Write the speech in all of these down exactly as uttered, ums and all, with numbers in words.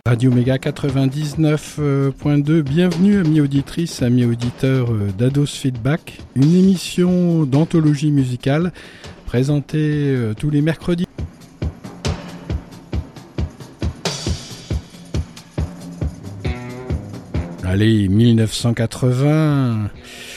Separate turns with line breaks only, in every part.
Radio Méga quatre-vingt-dix-neuf point deux, bienvenue amis auditrices, amis auditeurs d'Ados Feedback, une émission d'anthologie musicale présentée tous les mercredis. Allez, mille neuf cent quatre-vingts,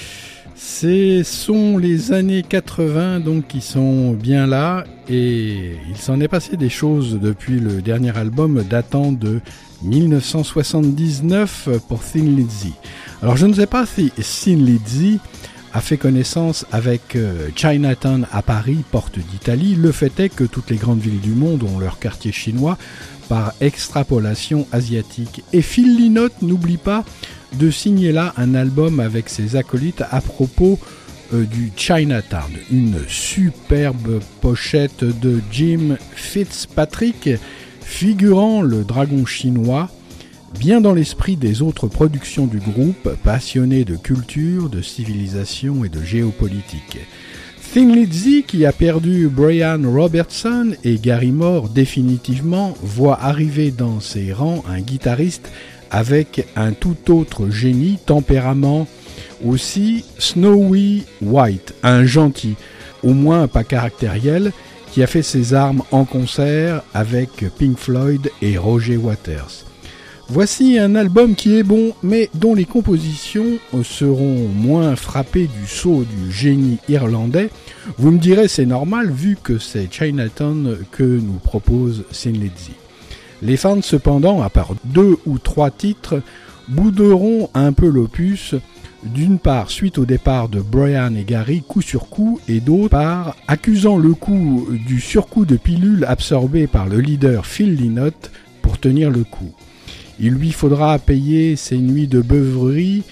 ce sont les années quatre-vingts donc qui sont bien là et il s'en est passé des choses depuis le dernier album datant de mille neuf cent soixante-dix-neuf pour Thin Lizzy. Alors je ne sais pas si Thin Lizzy a fait connaissance avec Chinatown à Paris, porte d'Italie. Le fait est que toutes les grandes villes du monde ont leur quartier chinois par extrapolation asiatique. Et Phil Lynott n'oublie pas de signer là un album avec ses acolytes à propos euh, du Chinatown. Une superbe pochette de Jim Fitzpatrick figurant le dragon chinois, bien dans l'esprit des autres productions du groupe, passionné de culture, de civilisation et de géopolitique. Thin Lizzy, qui a perdu Brian Robertson et Gary Moore définitivement, voit arriver dans ses rangs un guitariste avec un tout autre génie, tempérament aussi, Snowy White, un gentil, au moins pas caractériel, qui a fait ses armes en concert avec Pink Floyd et Roger Waters. Voici un album qui est bon, mais dont les compositions seront moins frappées du sceau du génie irlandais. Vous me direz, c'est normal, vu que c'est Chinatown que nous propose Thin Lizzy. Les fans, cependant, à part deux ou trois titres, bouderont un peu l'opus, d'une part suite au départ de Brian et Gary coup sur coup, et d'autre part accusant le coup du surcoût de pilules absorbé par le leader Phil Lynott pour tenir le coup. Il lui faudra payer ses nuits de beuverie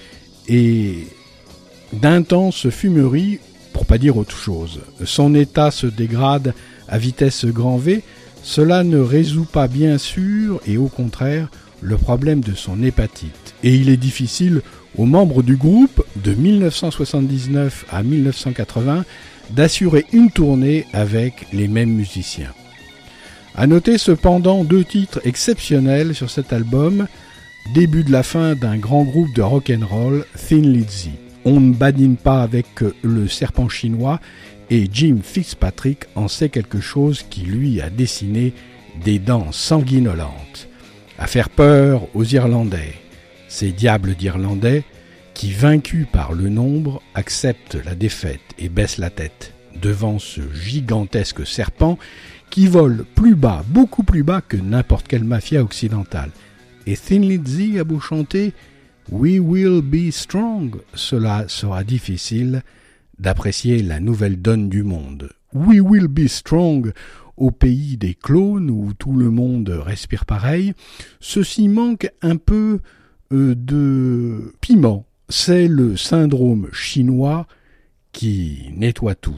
et d'intenses fumeries, pour pas dire autre chose. Son état se dégrade à vitesse grand V. Cela ne résout pas bien sûr, et au contraire, le problème de son hépatite. Et il est difficile aux membres du groupe, de mille neuf cent soixante-dix-neuf à mille neuf cent quatre-vingts, d'assurer une tournée avec les mêmes musiciens. À noter cependant deux titres exceptionnels sur cet album, début de la fin d'un grand groupe de rock'n'roll, Thin Lizzy. On ne badine pas avec le serpent chinois, et Jim Fitzpatrick en sait quelque chose qui lui a dessiné des dents sanguinolentes. À faire peur aux Irlandais, ces diables d'Irlandais qui, vaincus par le nombre, acceptent la défaite et baissent la tête devant ce gigantesque serpent qui vole plus bas, beaucoup plus bas que n'importe quelle mafia occidentale. Et Thin Lizzy a beau chanter « We will be strong », cela sera difficile d'apprécier la nouvelle donne du monde. « We will be strong » au pays des clones où tout le monde respire pareil, ceci manque un peu euh, de piment. C'est le syndrome chinois qui nettoie tout.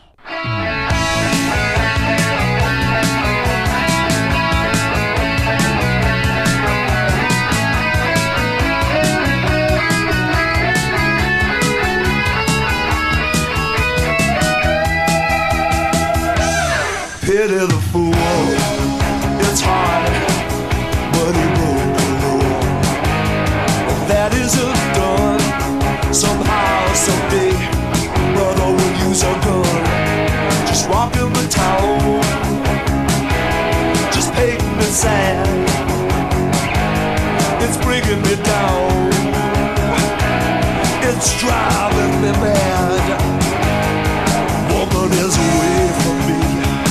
Pity the fool, it's hard, but he won't go. That isn't done, somehow, someday. Brother will use a gun, just walking the town, just painting it sad. It's bringing me down, it's driving me mad. Woman is away from me.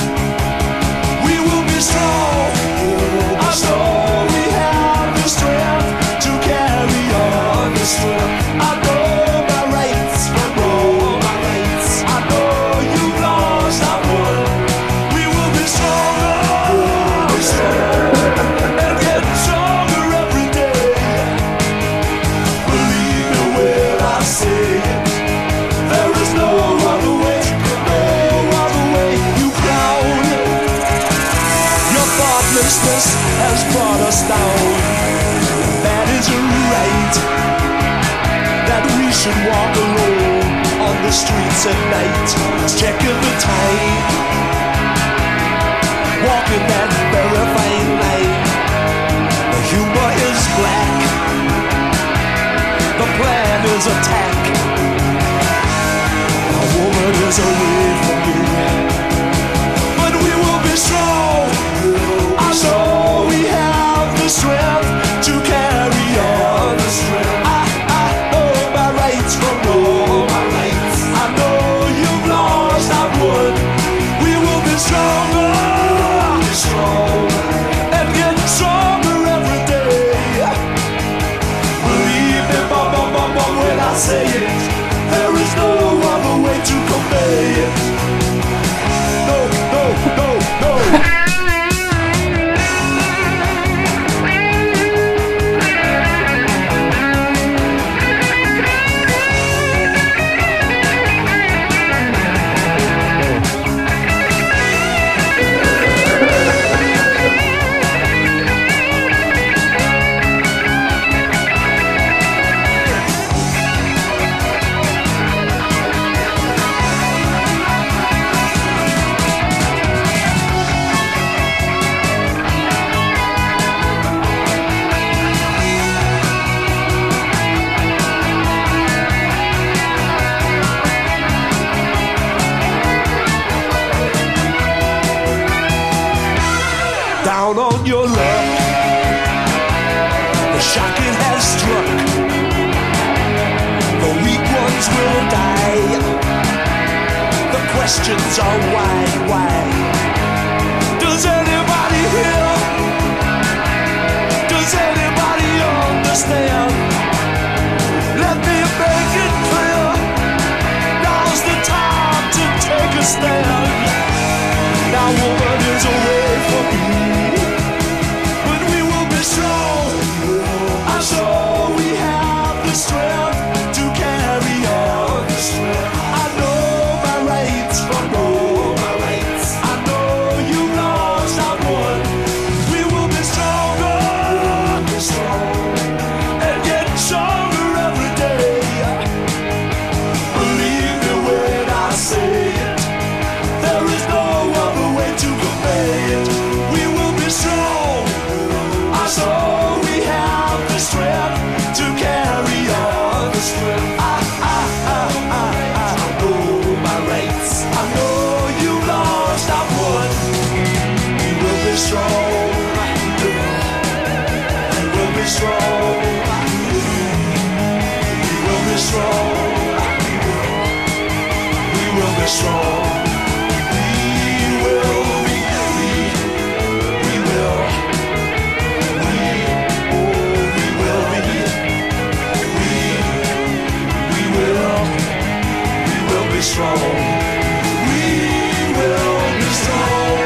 Strong. I know we have the strength to carry on the strength. I know my rights, I know my rights. I know you've lost, I won. We will be stronger, we'll be stronger, and getting stronger every day. Believe me when I say it, there is no other way, no other way. You found thoughtlessness has brought us down. That isn't right, that we should walk alone on the streets at night, checking the time, walking that very fine line. The humor is is away from me. But we will be strong. I know we have the strength to carry on. I, I know my rights from wrong. I know you've lost, I've won. We will be stronger, strong, and get stronger every day. Believe me, mama, mama, when I say it, there is no other way to convey it. No, no, no, no. Down on your luck, the shock it has struck. The weak ones will die. The questions are why, why? Does anybody hear? Does anybody understand? Let me make it clear. Now's the time to take a stand. Now woman is away from me. Strong. I know we have the strength to carry on. I know my rights from wrong. I know you lost, I won. We will be stronger, and get stronger every day. Believe me when I say it, there is no other way to convey it. We will be strong. So we have the strength to carry on. I, I, I, I, I know my rights. I know you lost, I won. We will be strong. We will be strong. We will be strong. We will be strong. Strong. We will be strong.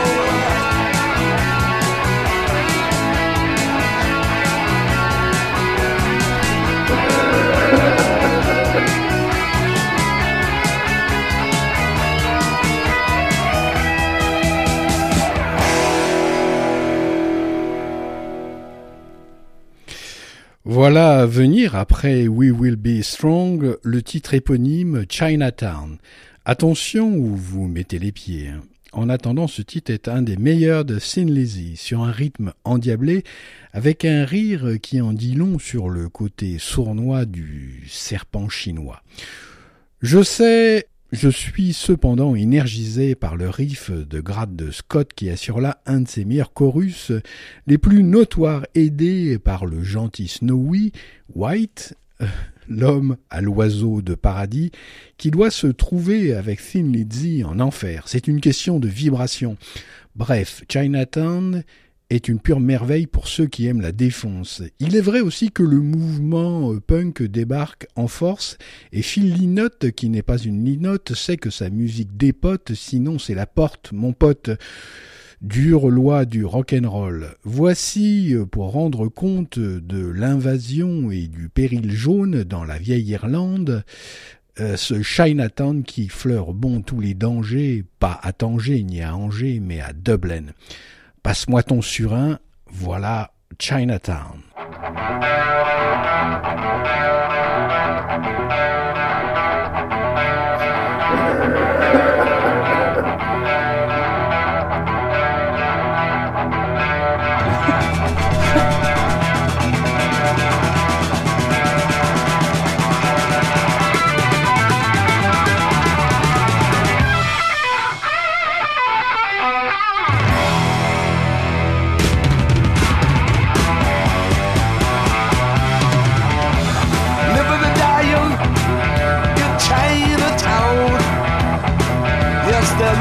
Voilà à venir, après We Will Be Strong, le titre éponyme Chinatown. Attention où vous mettez les pieds. En attendant, ce titre est un des meilleurs de Thin Lizzy, sur un rythme endiablé, avec un rire qui en dit long sur le côté sournois du serpent chinois. Je sais... Je suis cependant énergisé par le riff de gratte de Scott qui assure là un de ses meilleurs chorus, les plus notoires, aidés par le gentil Snowy White, euh, l'homme à l'oiseau de paradis, qui doit se trouver avec Thin Lizzy en enfer. C'est une question de vibration. Bref, Chinatown est une pure merveille pour ceux qui aiment la défonce. Il est vrai aussi que le mouvement punk débarque en force et Phil Lynott, qui n'est pas une linotte, sait que sa musique dépote, sinon c'est la porte, mon pote. Dure loi du rock'n'roll. Voici, pour rendre compte de l'invasion et du péril jaune dans la vieille Irlande, euh, ce Chinatown qui fleure bon tous les dangers, pas à Tanger ni à Angers, mais à Dublin. Passe-moi ton surin, voilà Chinatown.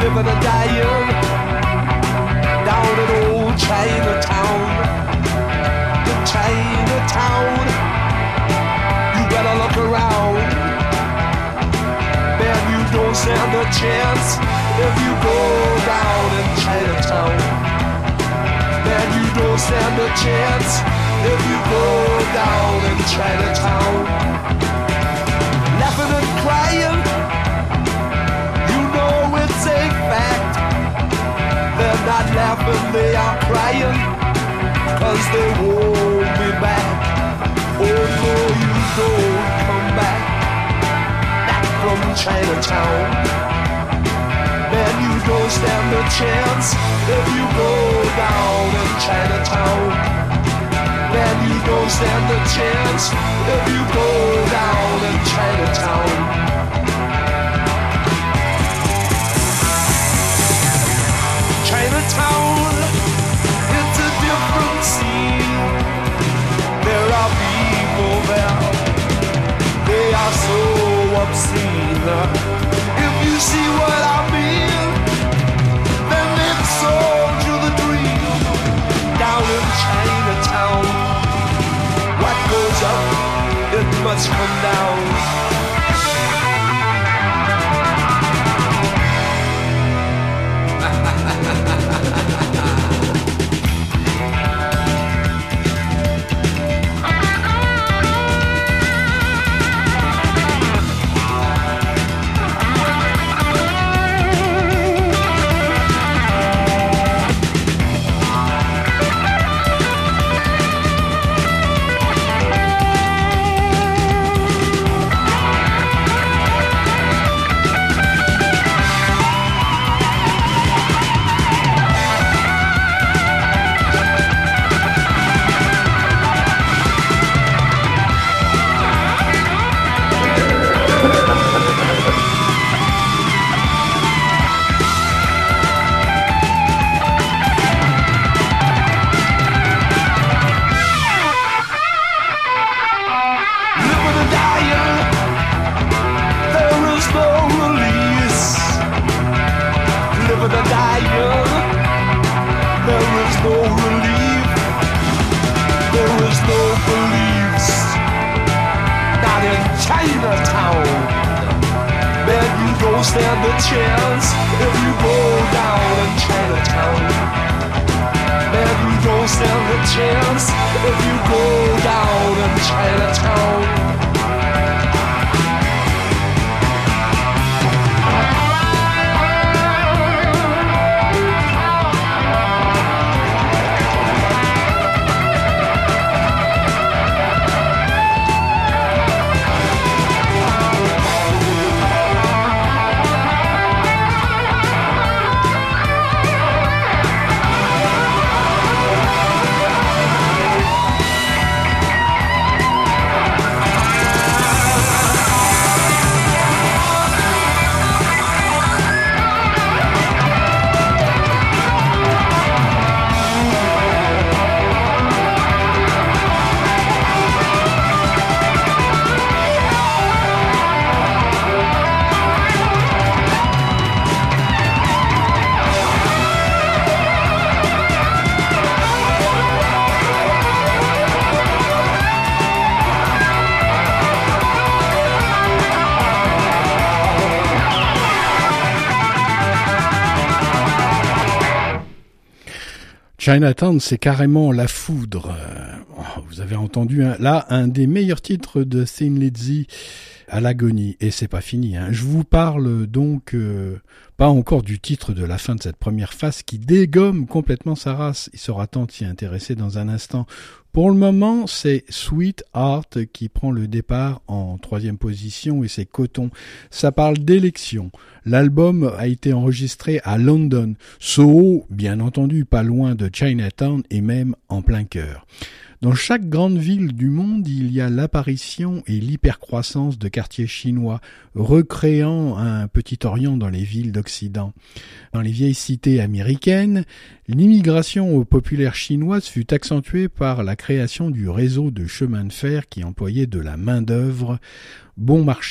living and dying down in old Chinatown. In Chinatown, you better look around. Man, you don't stand a chance if you go down in Chinatown. Man, you don't stand a chance if you go down in Chinatown. Laughing and crying, you know it's a fact. They're not laughing, they are crying, cause they won't be back. Oh no, you don't come back, back from Chinatown. Man, you don't stand a chance if you go down in Chinatown. Man, you don't stand a chance if you go down in Chinatown. Chinatown, it's a different scene. There are people there, they are so obscene. If you see what I mean, then they've sold you the dream. Down in Chinatown, what goes up, it must come down. Stand a chance if you go down in Chinatown. Man, you don't stand a chance if you go down in Chinatown.
Chinatown, c'est carrément la foudre. Vous avez entendu hein, là un des meilleurs titres de Thin Lizzy à l'agonie. Et c'est pas fini. Hein. Je vous parle donc euh, pas encore du titre de la fin de cette première phase qui dégomme complètement sa race. Il sera temps de s'y intéresser dans un instant. Pour le moment, c'est Sweetheart qui prend le départ en troisième position et c'est Coton. Ça parle d'élection. L'album a été enregistré à London, Soho, bien entendu, pas loin de Chinatown et même en plein cœur. Dans chaque grande ville du monde, il y a l'apparition et l'hypercroissance de quartiers chinois, recréant un petit Orient dans les villes d'Occident. Dans les vieilles cités américaines, l'immigration populaire chinoise fut accentuée par la création du réseau de chemins de fer qui employait de la main-d'œuvre bon marché.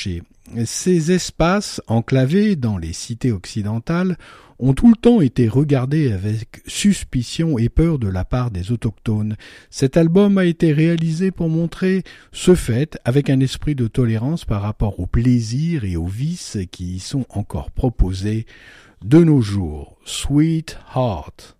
Ces espaces enclavés dans les cités occidentales ont tout le temps été regardés avec suspicion et peur de la part des autochtones. Cet album a été réalisé pour montrer ce fait avec un esprit de tolérance par rapport aux plaisirs et aux vices qui y sont encore proposés de nos jours. Sweetheart.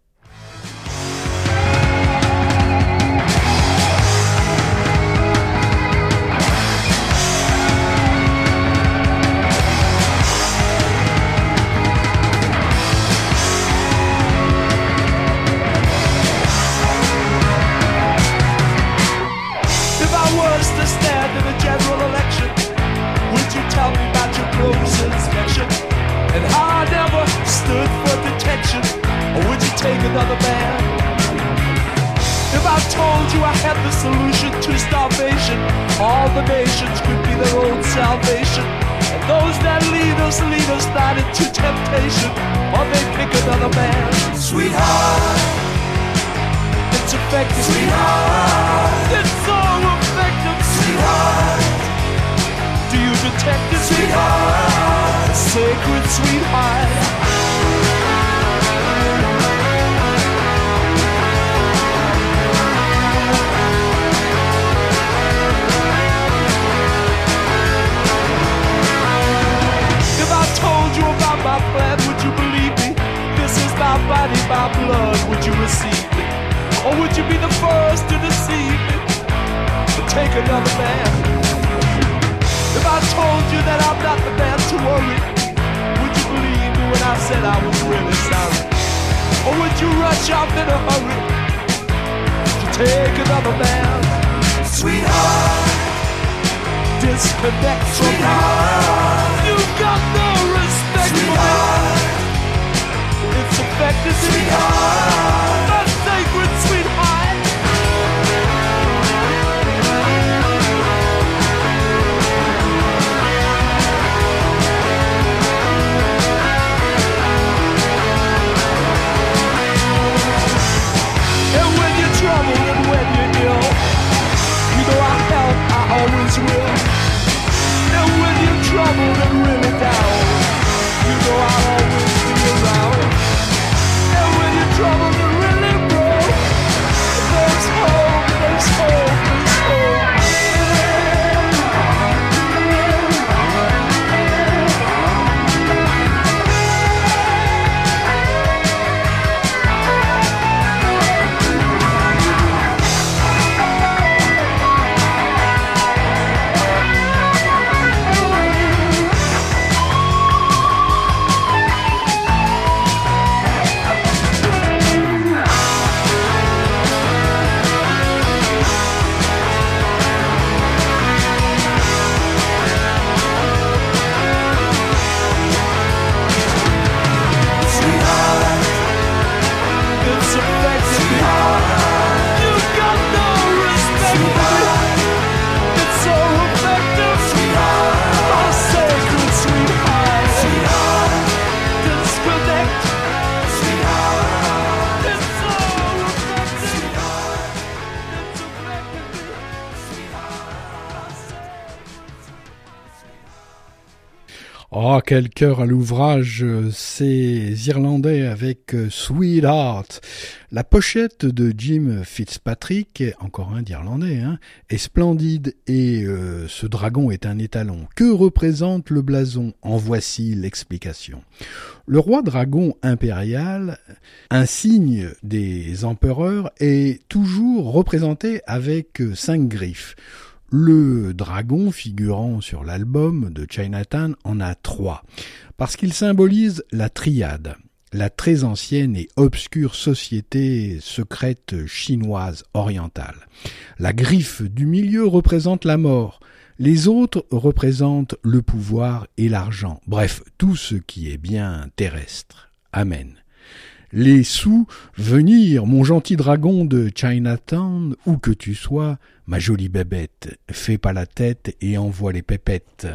To stand in a general election, would you tell me about your close inspection and how I never stood for detection, or would you take another man? If I told you I had the solution to starvation, all the nations could be their own salvation, and those that lead us lead us not into temptation, or they pick another man. Sweetheart, it's effective. Sweetheart, it's so effective. Sweetheart, do you detect it? Sweetheart, sacred sweetheart. If I told you about my plan, would you believe me? This is my body, my blood, would you receive me? Or would you be the first to deceive me? Take another man. If I told you that I'm not the man to worry, would you believe me when I said I was really sorry? Or would you rush off in a hurry to take another man? Sweetheart, disconnect from Sweetheart, me. You've got no respect Sweetheart, for me. It's effective, Sweetheart, a sacred sweetheart. Always will. And when you're troubled and really down, you know I'll always be around. And when you're troubled and really broke, there's hope, there's hope, there's hope.
Oh, quel cœur à l'ouvrage, ces Irlandais avec Sweetheart. La pochette de Jim Fitzpatrick, encore un d'Irlandais, hein, est splendide et euh, ce dragon est un étalon. Que représente le blason? En voici l'explication. Le roi dragon impérial, insigne des empereurs, est toujours représenté avec cinq griffes. Le dragon figurant sur l'album de Chinatown en a trois, parce qu'il symbolise la triade, la très ancienne et obscure société secrète chinoise orientale. La griffe du milieu représente la mort, les autres représentent le pouvoir et l'argent, bref, tout ce qui est bien terrestre. Amen. Les sous, venir, mon gentil dragon de Chinatown, où que tu sois, ma jolie bébête, fais pas la tête et envoie les pépettes.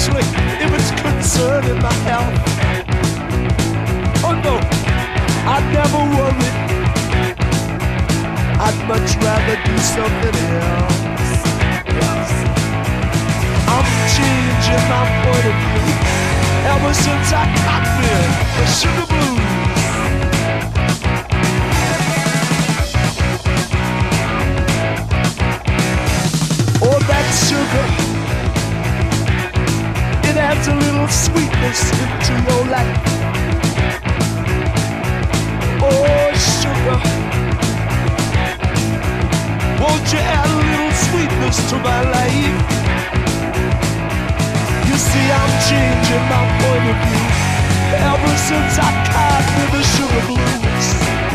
especially if it's concerning my health. Oh no, I'd never worry. I'd much rather do something else. I'm changing my point of view ever since I got there, the sugar blues. Oh, that sugar, it adds a little sweetness into your life. Oh, sugar, won't you add a little sweetness to my life? You see, I'm changing my point of view ever since I caught with the sugar blues.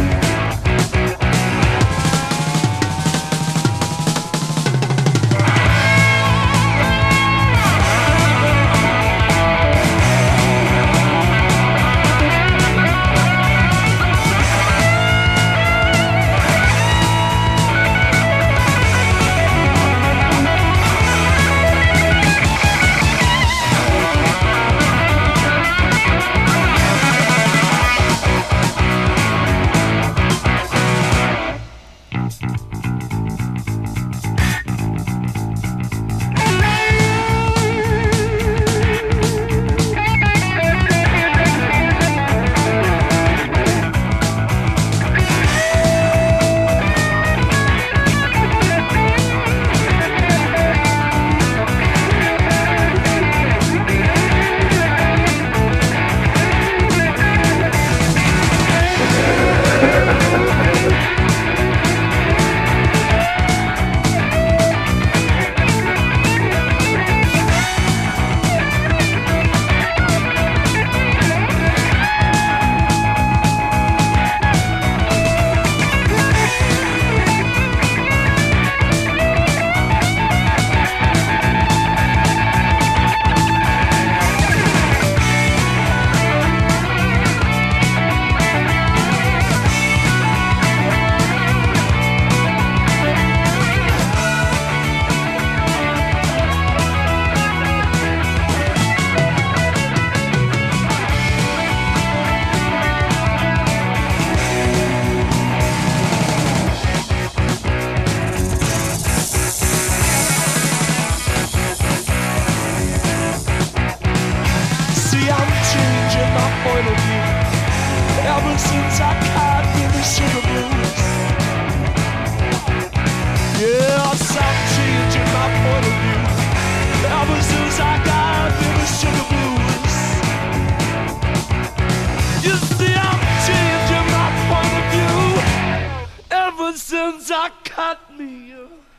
Since I cut me,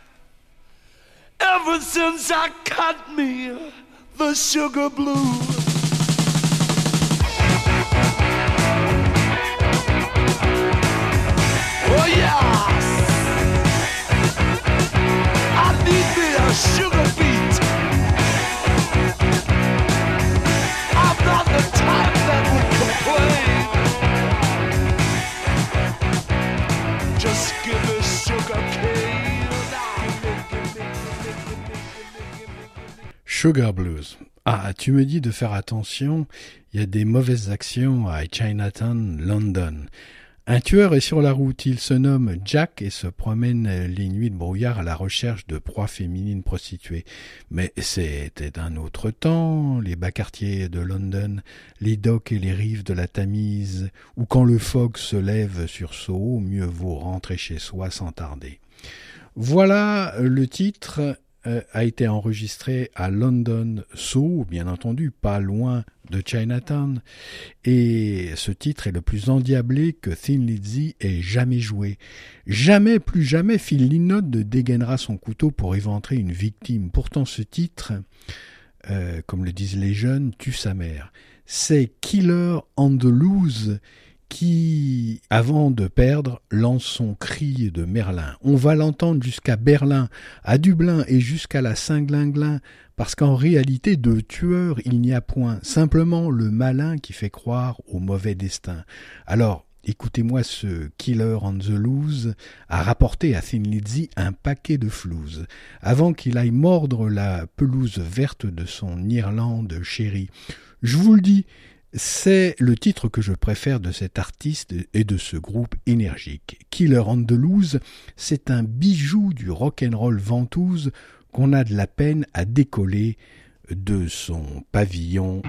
ever since I cut me the sugar blues. Oh yes, I need me a sugar beat. I'm not the type that would complain. Just give me sugar cane.
Sugar Blues. Ah, tu me dis de faire attention, il y a des mauvaises actions à Chinatown, London. Un tueur est sur la route, il se nomme Jack et se promène les nuits de brouillard à la recherche de proies féminines prostituées. Mais c'était d'un autre temps, les bas quartiers de London, les docks et les rives de la Tamise, où quand le fog se lève sur Soho, mieux vaut rentrer chez soi sans tarder. Voilà le titre. A été enregistré à London, Soho, bien entendu, pas loin de Chinatown, et ce titre est le plus endiablé que Thin Lizzy ait jamais joué. Jamais, plus jamais, Phil Lynott ne dégainera son couteau pour éventrer une victime. Pourtant ce titre, euh, comme le disent les jeunes, tue sa mère. C'est Killer on the Loose qui, avant de perdre, lance son cri de Merlin. On va l'entendre jusqu'à Berlin, à Dublin et jusqu'à la Saint-Glinglin, parce qu'en réalité, de tueur, il n'y a point, simplement le malin qui fait croire au mauvais destin. Alors, écoutez-moi ce Killer on the Loose a rapporté à Thin Lizzy un paquet de flouze, avant qu'il aille mordre la pelouse verte de son Irlande chérie. Je vous le dis, c'est le titre que je préfère de cet artiste et de ce groupe énergique. Killer on the Loose, c'est un bijou du rock'n'roll ventouse qu'on a de la peine à décoller de son pavillon.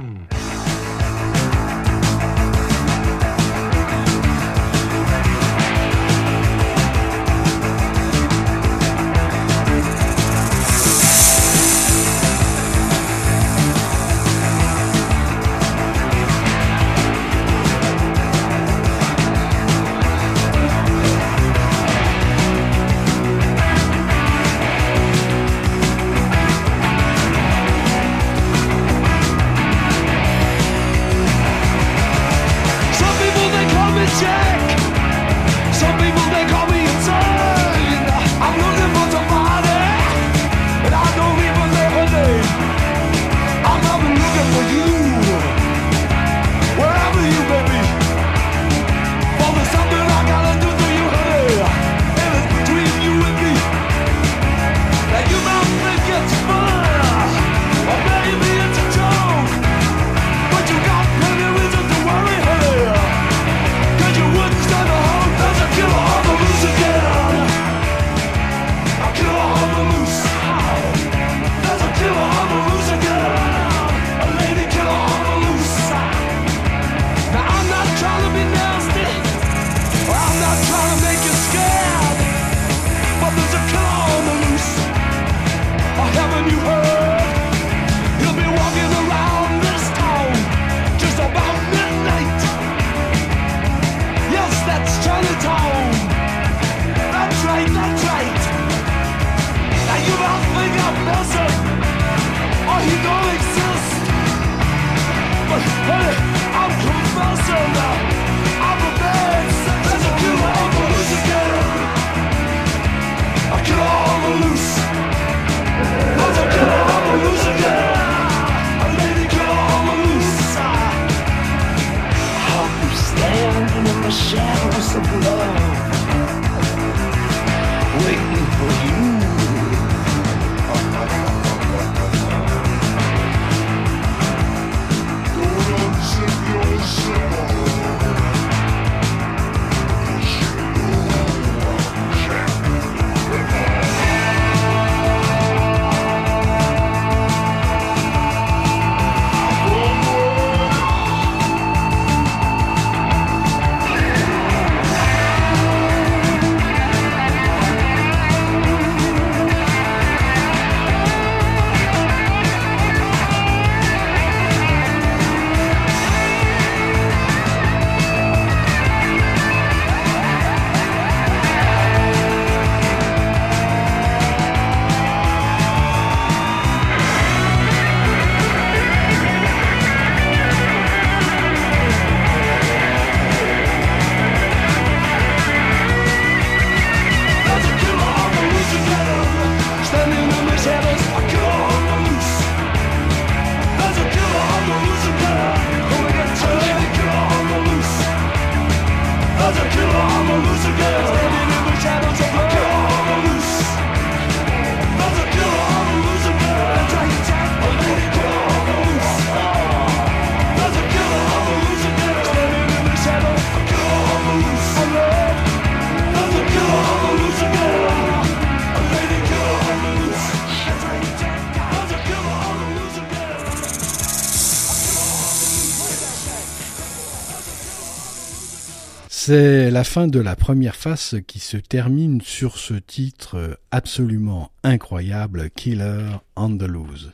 C'est la fin de la première face qui se termine sur ce titre absolument incroyable, Killer on the Loose.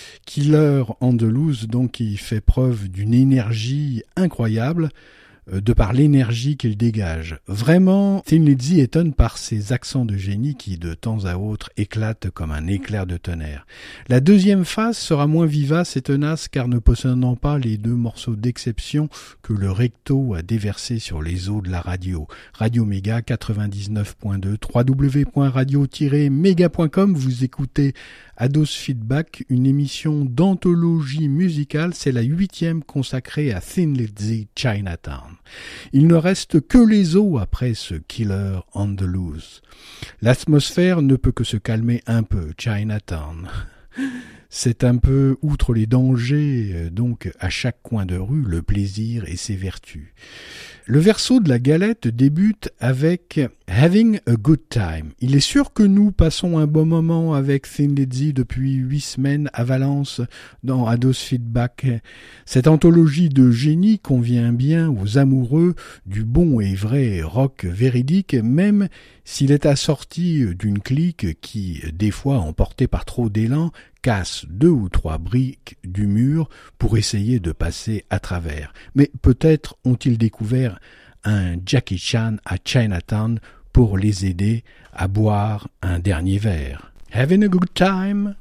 Killer on the Loose, donc, qui fait preuve d'une énergie incroyable, de par l'énergie qu'il dégage. Vraiment, Thin Lizzy étonne par ses accents de génie qui, de temps à autre, éclatent comme un éclair de tonnerre. La deuxième phase sera moins vivace et tenace car ne possédant pas les deux morceaux d'exception que le recto a déversés sur les eaux de la radio. Radio Méga quatre-vingt-dix-neuf point deux, w w w point radio tiret méga point com, vous écoutez Ados Feedback, une émission d'anthologie musicale, c'est la huitième consacrée à Thin Lizzy Chinatown. Il ne reste que les os après ce Killer on the Loose. L'atmosphère ne peut que se calmer un peu, Chinatown. C'est un peu, outre les dangers, donc à chaque coin de rue, le plaisir et ses vertus. Le verso de la galette débute avec « Having a good time ». Il est sûr que nous passons un bon moment avec Thin Lizzy depuis huit semaines à Valence dans Ados Feedback. Cette anthologie de génie convient bien aux amoureux du bon et vrai rock véridique, même s'il est assorti d'une clique qui, des fois emportée par trop d'élan, casse deux ou trois briques du mur pour essayer de passer à travers. Mais peut-être ont-ils découvert un Jackie Chan à Chinatown pour les aider à boire un dernier verre. Having a good time?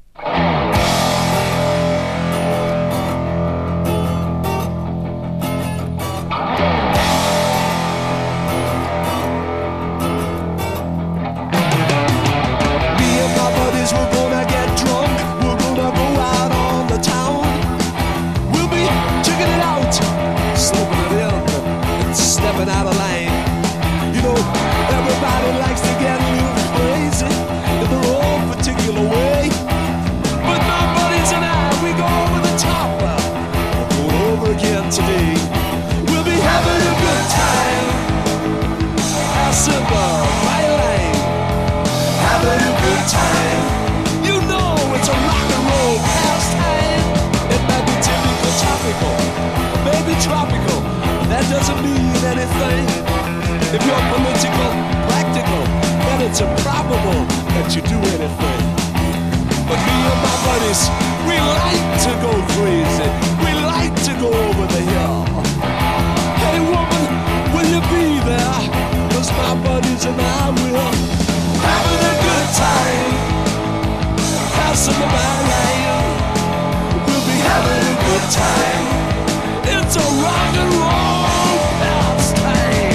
Out of line, you know, everybody likes to get a little crazy in their own particular way. But my buddies and I, we go over the top. We'll go over again today. We'll be having a good time. How simple, my line. Having a good time. You know it's a rock and roll pastime. It may be typical, topical, or maybe tropical. That doesn't mean anything. If you're political, practical, then it's improbable that you do anything. But me and my buddies, we like to go crazy. We like to go over the hill. Hey woman, will you be there? 'Cause my buddies and I will. Having a good time. Passing the line. We'll be having a good time. It's a rock and roll pastime.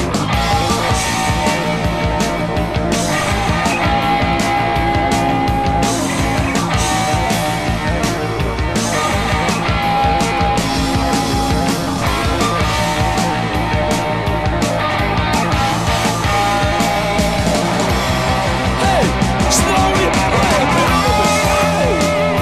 Hey, Snowy, hey, hey.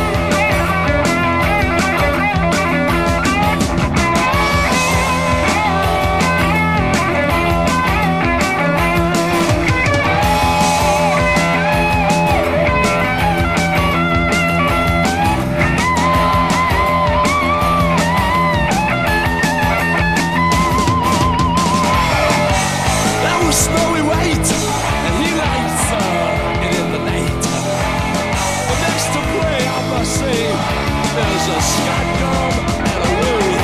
Snowy White, and he likes uh, it in the night. But next to play, I must say, there's a Scott Gum and a Willie.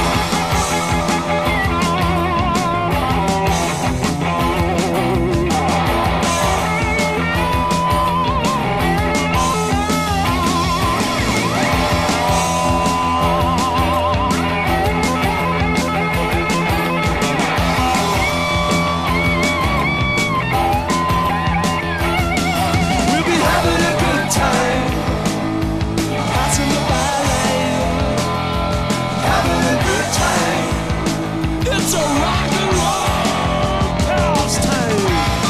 It's a rock and roll pastime.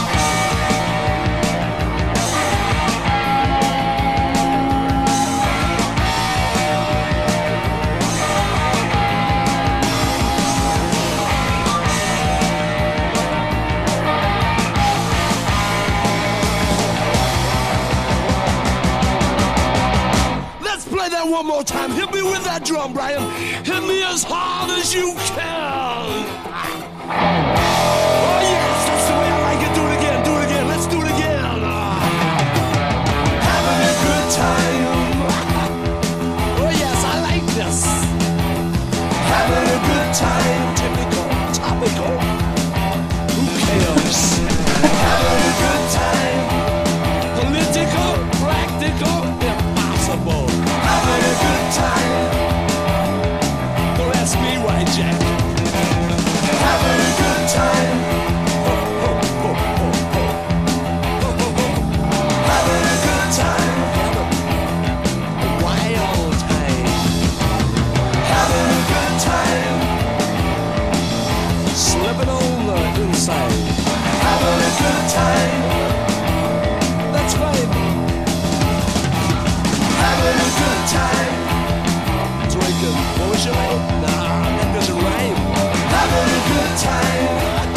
Let's play that one more time. Hit me with that drum, Brian. Hit me as hard as you can. Oh yes, that's the way I like it. Do it again, do it again. Let's do it again. Having a good time. Oh yes, I like this. Having a good time. Typical, topical. Who cares? Having a good time. Political, practical, impossible. Having a good time. Don't ask me why, Jack. Having a good time. inside. Having a good time. That's right. Having a good time. Drinking bullshit. Nah, that doesn't rhyme. Having a good time.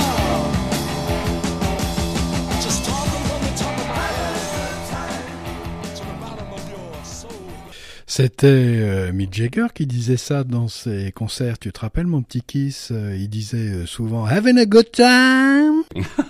Just talking from the top of my head. To the bottom of your soul.
C'était euh, Mick Jagger qui disait ça dans ses concerts. Tu te rappelles, mon petit Kiss, euh, il disait euh, souvent « Having a good time ».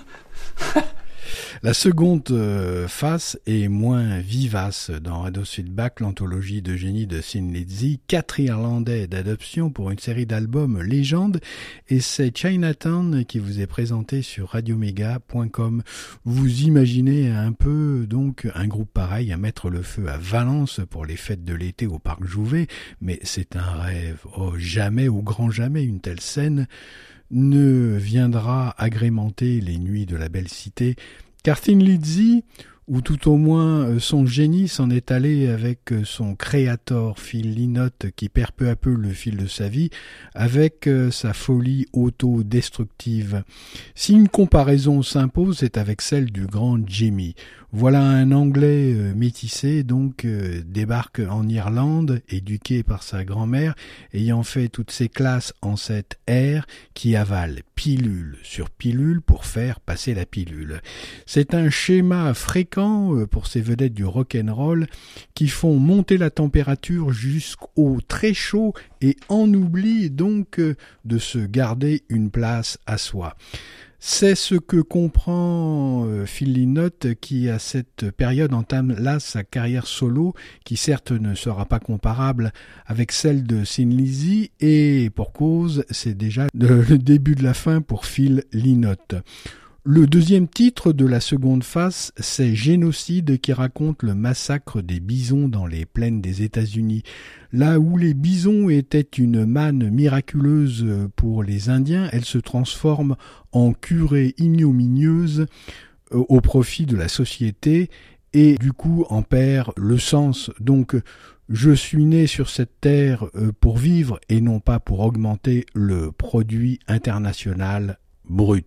La seconde euh, face est moins vivace. Dans Red Hot Feedback, l'anthologie de génie de Thin Lizzy, quatre Irlandais d'adoption pour une série d'albums légendes, et c'est Chinatown qui vous est présenté sur radio méga point com. Vous imaginez un peu donc un groupe pareil à mettre le feu à Valence pour les fêtes de l'été au Parc Jouvet, mais c'est un rêve. Oh, jamais, au grand jamais, une telle scène ne viendra agrémenter les nuits de la belle cité, car Thin Lizzy, ou tout au moins son génie, s'en est allé avec son créateur Phil Lynott qui perd peu à peu le fil de sa vie, avec sa folie autodestructive. Si une comparaison s'impose, c'est avec celle du grand Jimmy. Voilà un Anglais euh, métissé, donc euh, débarque en Irlande, éduqué par sa grand-mère, ayant fait toutes ses classes en cette ère, qui avale pilule sur pilule pour faire passer la pilule. C'est un schéma fréquent euh, pour ces vedettes du rock'n'roll qui font monter la température jusqu'au très chaud et en oublient donc euh, de se garder une place à soi. C'est ce que comprend euh, Phil Lynott qui à cette période entame là sa carrière solo qui certes ne sera pas comparable avec celle de Thin Lizzy et pour cause c'est déjà le, le début de la fin pour Phil Lynott. Le deuxième titre de la seconde face, c'est Génocide qui raconte le massacre des bisons dans les plaines des États-Unis. Là où les bisons étaient une manne miraculeuse pour les Indiens, elle se transforme en curée ignominieuse au profit de la société et du coup en perd le sens. Donc je suis né sur cette terre pour vivre et non pas pour augmenter le produit international brut.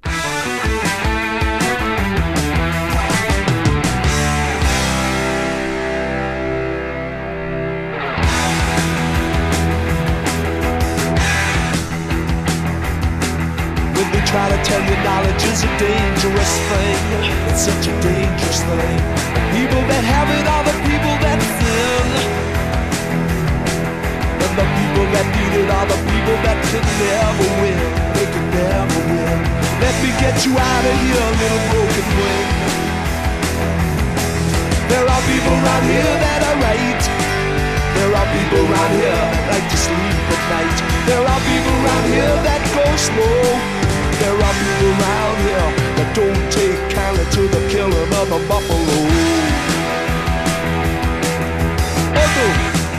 When they try to tell you knowledge is a dangerous thing, it's such a dangerous thing. People that have it are the people that sin, and the people that need it are the people that can never win. They can never win. Let me get you out of here, little broken wing. There are people around here that are right. There are people around here that like to sleep at night. There are people around here that go slow. There are people around here that don't take kindly to the killing of the buffalo. Oh,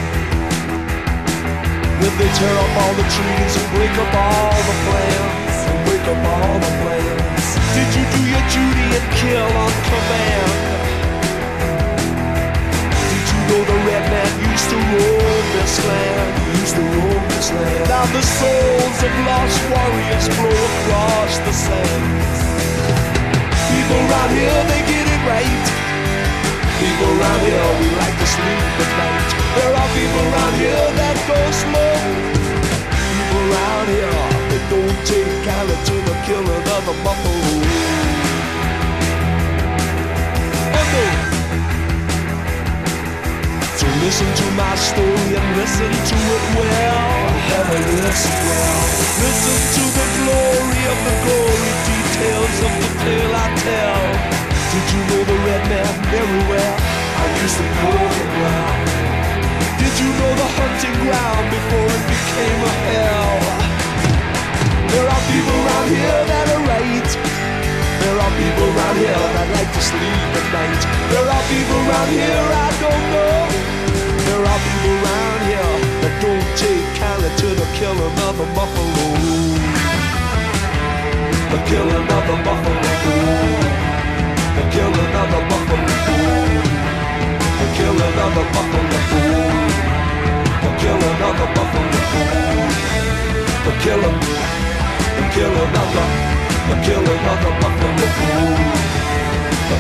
when they tear up all the trees and break up all the plants, and break up all the plants. Did you do your duty and kill on command? Did you know the red man used to roam this land? Used to roam this land. Now the souls of lost warriors flow across the sands. People around here, they get it right. People around here, we like to sleep at night. There are people around here that go slow. People around here, they don't take kindly to the killing of the buffalo. Oh no. So listen to my story and listen to it well. Never listen well. Listen to the glory of the gory details of the tale I tell. Did you know the red man very well? I used to know him well. Did you know the hunting ground before it became a hell? There are people around here that are right. There are people around here that like to sleep at night. There are people around here I don't know. There are people around here that don't take kindly to the killing of the buffalo. The killing of the buffalo. The killing of the buffalo. The killing of the buffalo. The killing of the buffalo. The killing, the killing of the, the killing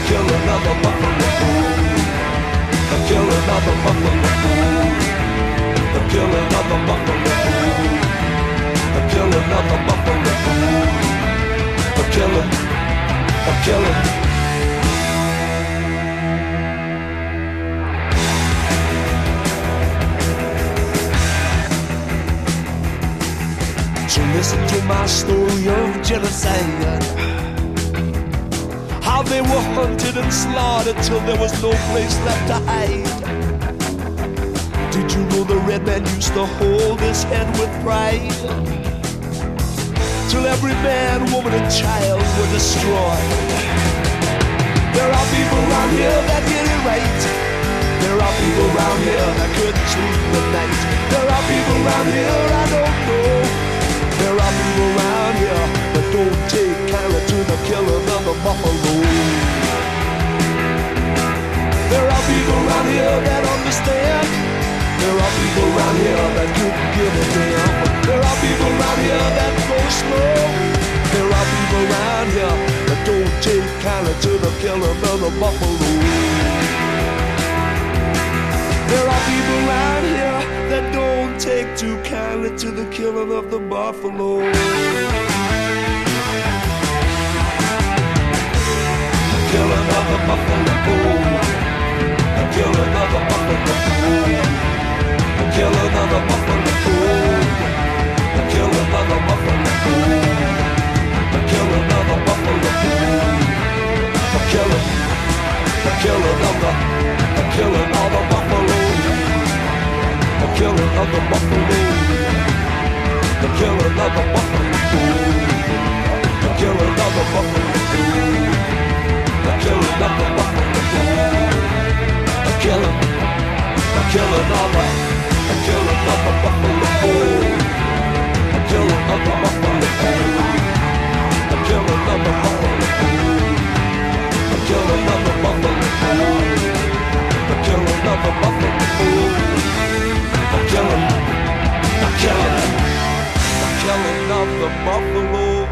killing of the buffalo bull. The killing of the buffalo bull. The killing of the buffalo bull. The killing of the buffalo bull. The killing, the killing. So listen to my story of genocide. How they were hunted and slaughtered till there was no place left to hide. Did you know the red man used to hold his head with pride? Till every man, woman and child were destroyed. There are people around here that get it right. There are people around here that couldn't sleep the night. There are people around here I don't know. There are people around here that don't take kindly to the killing of the buffalo. There are people around here that understand. There are people around here that couldn't give a damn. There are people around here that go slow. There are people around here that don't take kindly to the killing of the buffalo. There are people around here that don't take too kindly to the killing of the buffalo. The killing of the buffalo. The killing of the buffalo. The killing of the buffalo. The killing of the buffalo. The killing of the buffalo. The killing, the killing of the, the killing of the buffalo. The killing of the buffalo. The killing of the buffalo. The killing of the buffalo. The killing of the buffalo. The killing, the killing of the, the killing of the buffalo. The killing of the buffalo. The killing of the buffalo. The killing of the buffalo. The killing of the buffalo. The killing, the killing, the killing of the buffalo.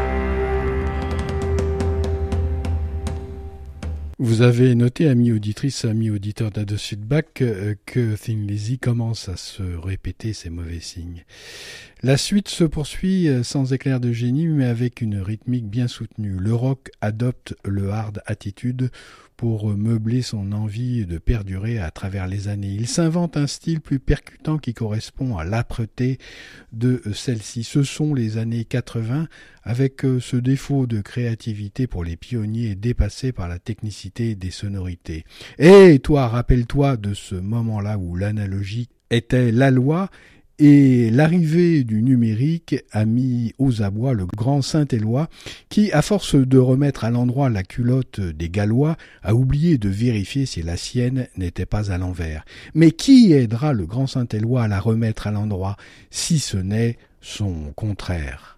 Vous avez noté, amis auditrices, amis auditeurs d'A deux Feedback, que Thin Lizzy commence à se répéter ces mauvais signes. La suite se poursuit sans éclair de génie, mais avec une rythmique bien soutenue. Le rock adopte le hard attitude pour meubler son envie de perdurer à travers les années. Il s'invente un style plus percutant qui correspond à l'âpreté de celle-ci. Ce sont les années quatre-vingts, avec ce défaut de créativité pour les pionniers dépassés par la technicité des sonorités. Et toi, rappelle-toi de ce moment-là où l'analogie était la loi, et l'arrivée du numérique a mis aux abois le grand Saint-Éloi qui, à force de remettre à l'endroit la culotte des Gallois, a oublié de vérifier si la sienne n'était pas à l'envers. Mais qui aidera le grand Saint-Éloi à la remettre à l'endroit, si ce n'est son contraire?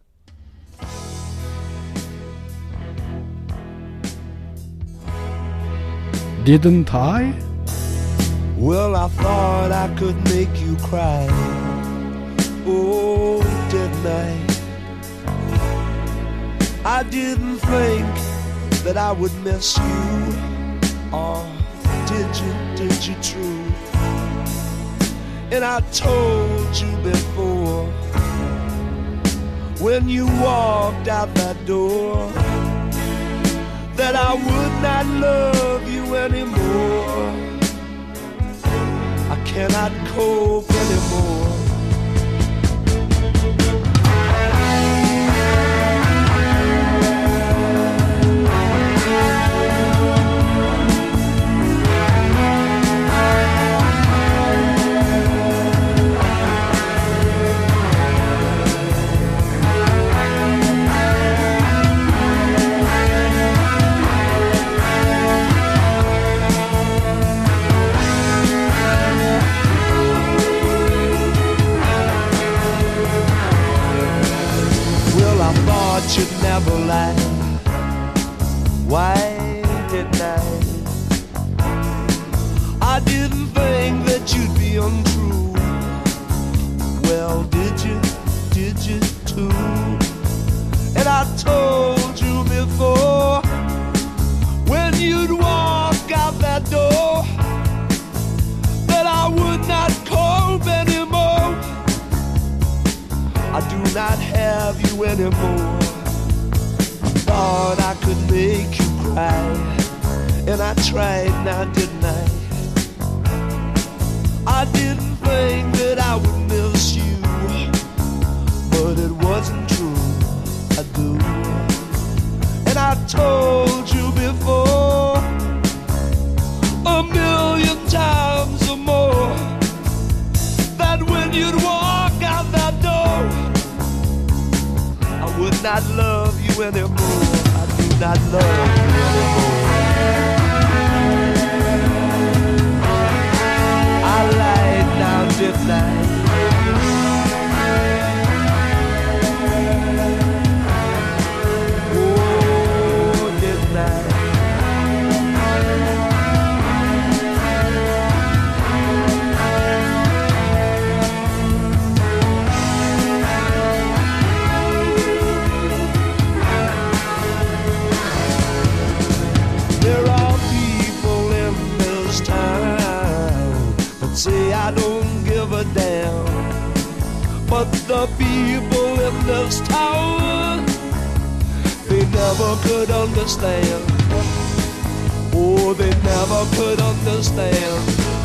Didn't I?
Well, I thought I could make you cry. Oh, didn't I? I didn't think that I would miss you. Oh, did you, did you true? And I told you before, when you walked out that door, that I would not love you anymore. I cannot cope anymore. You'd never lie. Why didn't I? I didn't think that you'd be untrue. Well, did you? Did you too? And I told you before, when you'd walk love you anymore. Thought I could make you cry, and I tried, now didn't I? I didn't think that I would miss you, but it wasn't true, I do. And I told you before, a million times or more, that when you'd walk out that door, I would not love you anymore. I do not love you anymore. I lied, now didn't I? Oh, didn't I? There are people in this town that say I don't give a damn, but the people in this town, they never could understand. Oh, they never could understand.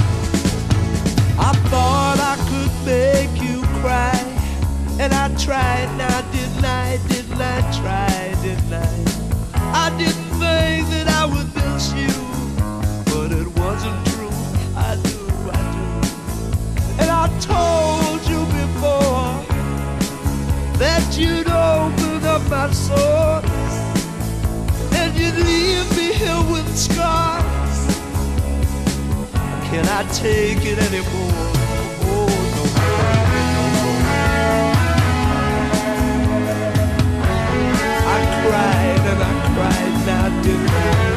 I thought I could make you cry, and I tried, now didn't I, didn't I, try, didn't I? I didn't think that I would miss you, but it wasn't true, I do, I do. And I told you before that you'd open up my soul, and you'd leave me here with scars. Can I take it anymore? Oh, no, no, no. I cried and I cried, now didn't I?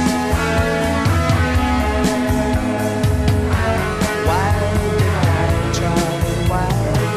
Why did I try? Why?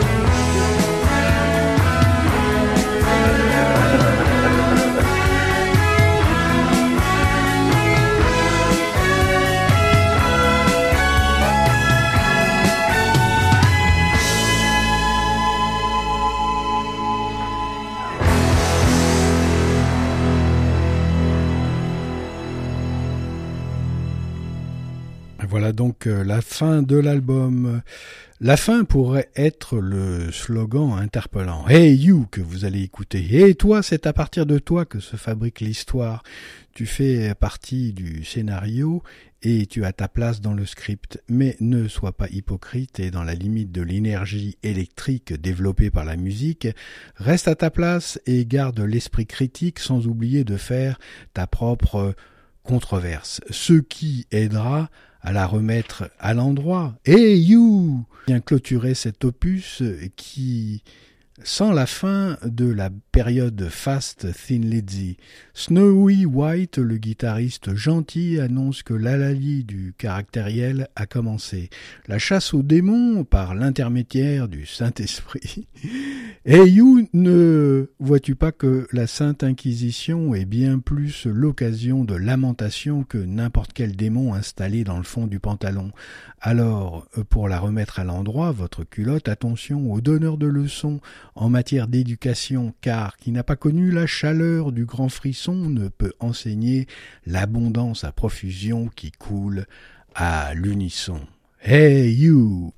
Voilà donc euh, la fin de l'album. La fin pourrait être le slogan interpellant. Hey you que vous allez écouter. Et toi, c'est à partir de toi que se fabrique l'histoire. Tu fais partie du scénario et tu as ta place dans le script. Mais ne sois pas hypocrite et dans la limite de l'énergie électrique développée par la musique, reste à ta place et garde l'esprit critique sans oublier de faire ta propre controverse. Ce qui aidera à la remettre à l'endroit. Hey you! Bien clôturer cet opus qui sent la fin de la période Fast Thin Lizzy. Snowy White, le guitariste gentil, annonce que l'hallali du caractériel a commencé. La chasse aux démons par l'intermédiaire du Saint-Esprit. Hey you, ne vois-tu pas que la Sainte Inquisition est bien plus l'occasion de lamentation que n'importe quel démon installé dans le fond du pantalon? Alors, pour la remettre à l'endroit, votre culotte, attention aux donneurs de leçons en matière d'éducation, car qui n'a pas connu la chaleur du grand frisson ne peut enseigner l'abondance à profusion qui coule à l'unisson. Hey you!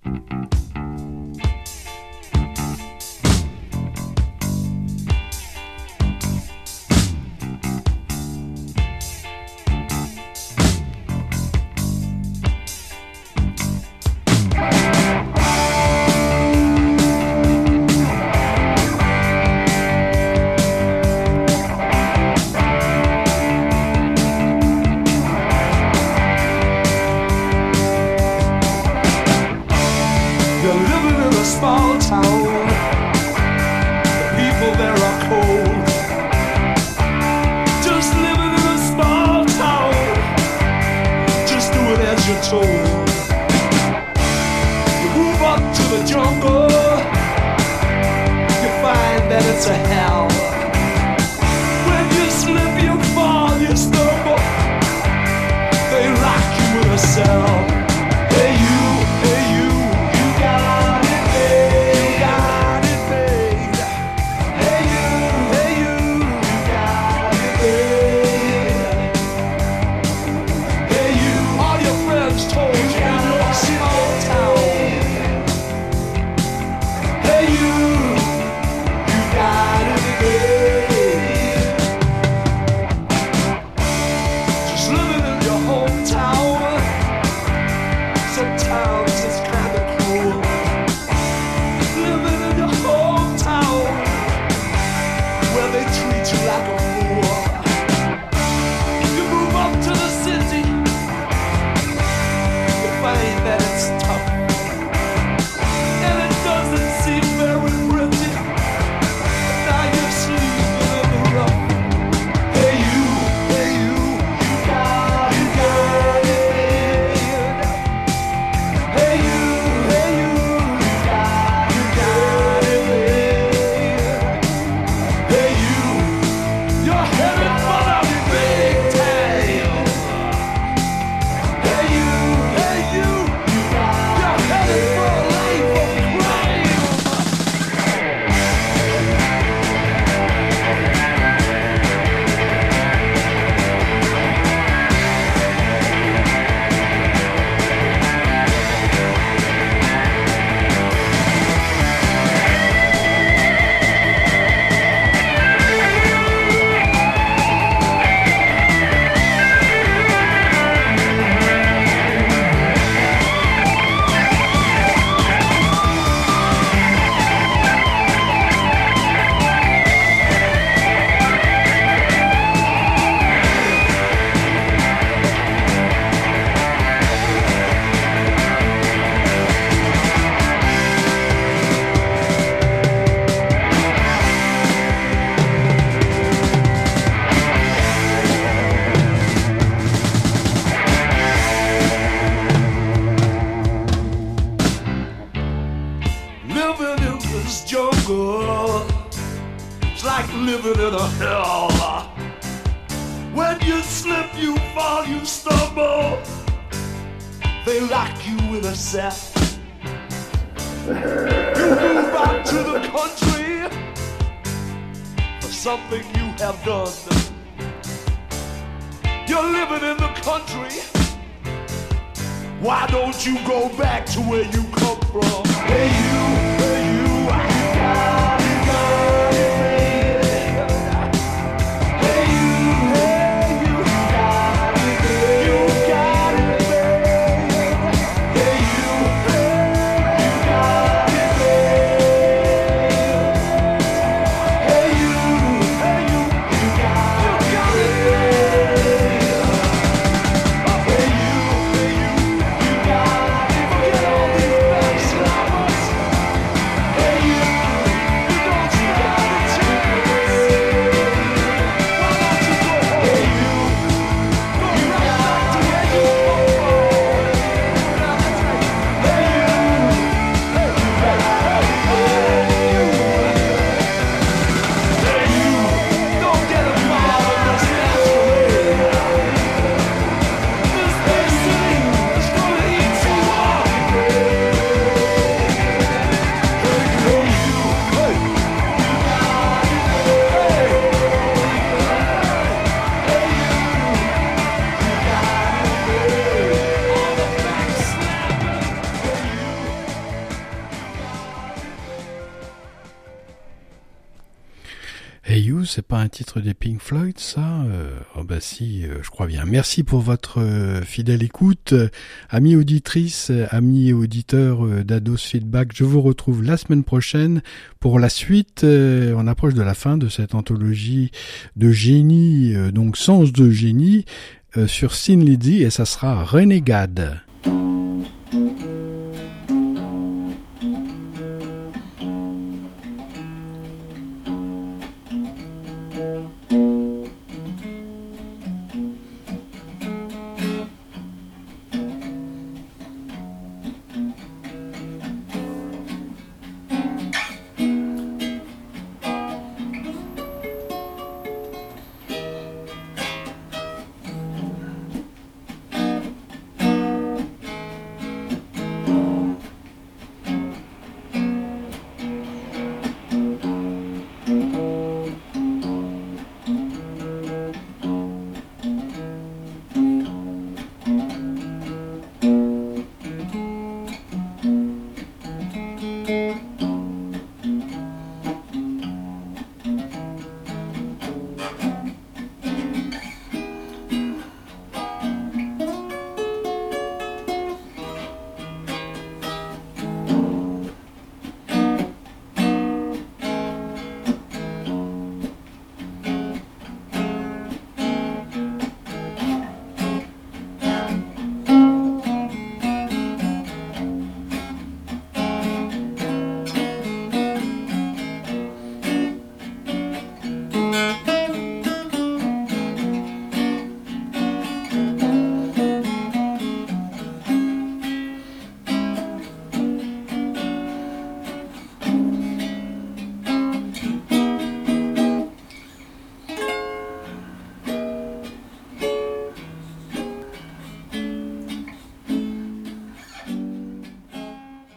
It's a hell. When you slip, you fall, you stumble. They lock you in a cell. Hey you, hey you, you got it made, you got it made. Hey hell? When you slip, you fall, you stumble. They lock you in a cell. You move out to the country for something you have done. You're living in the country. Why don't you go back to where you come from? Hey you, hey you, I got it, got it, baby. Hey you, hey you, got it, baby. You got it, baby. Hey you, hey you, got it, baby. Hey you, hey you, you got it, got it, baby. Hey you, hey you, you got it, forget all these backslappers. Hey you, you don't stand a chance. Why don't you go home? Hey you, go right back to where you come from. Hey you, hey you, hey you, don't get involved in this natural way. This big city is gonna eat you up. Hey you, hey, you got it, hey. Hey you, you got it, hey. All the backslappers. Hey you,
Hey You, c'est pas un titre des Pink Floyd, ça euh, Oh bah si, euh, je crois bien. Merci pour votre euh, fidèle écoute. Euh, amis auditrices, euh, amis et auditeurs euh, d'Ados Feedback, je vous retrouve la semaine prochaine pour la suite. Euh, on approche de la fin de cette anthologie de génie, euh, donc Sens de génie, euh, sur Sin Lizzy, et ça sera Renegade.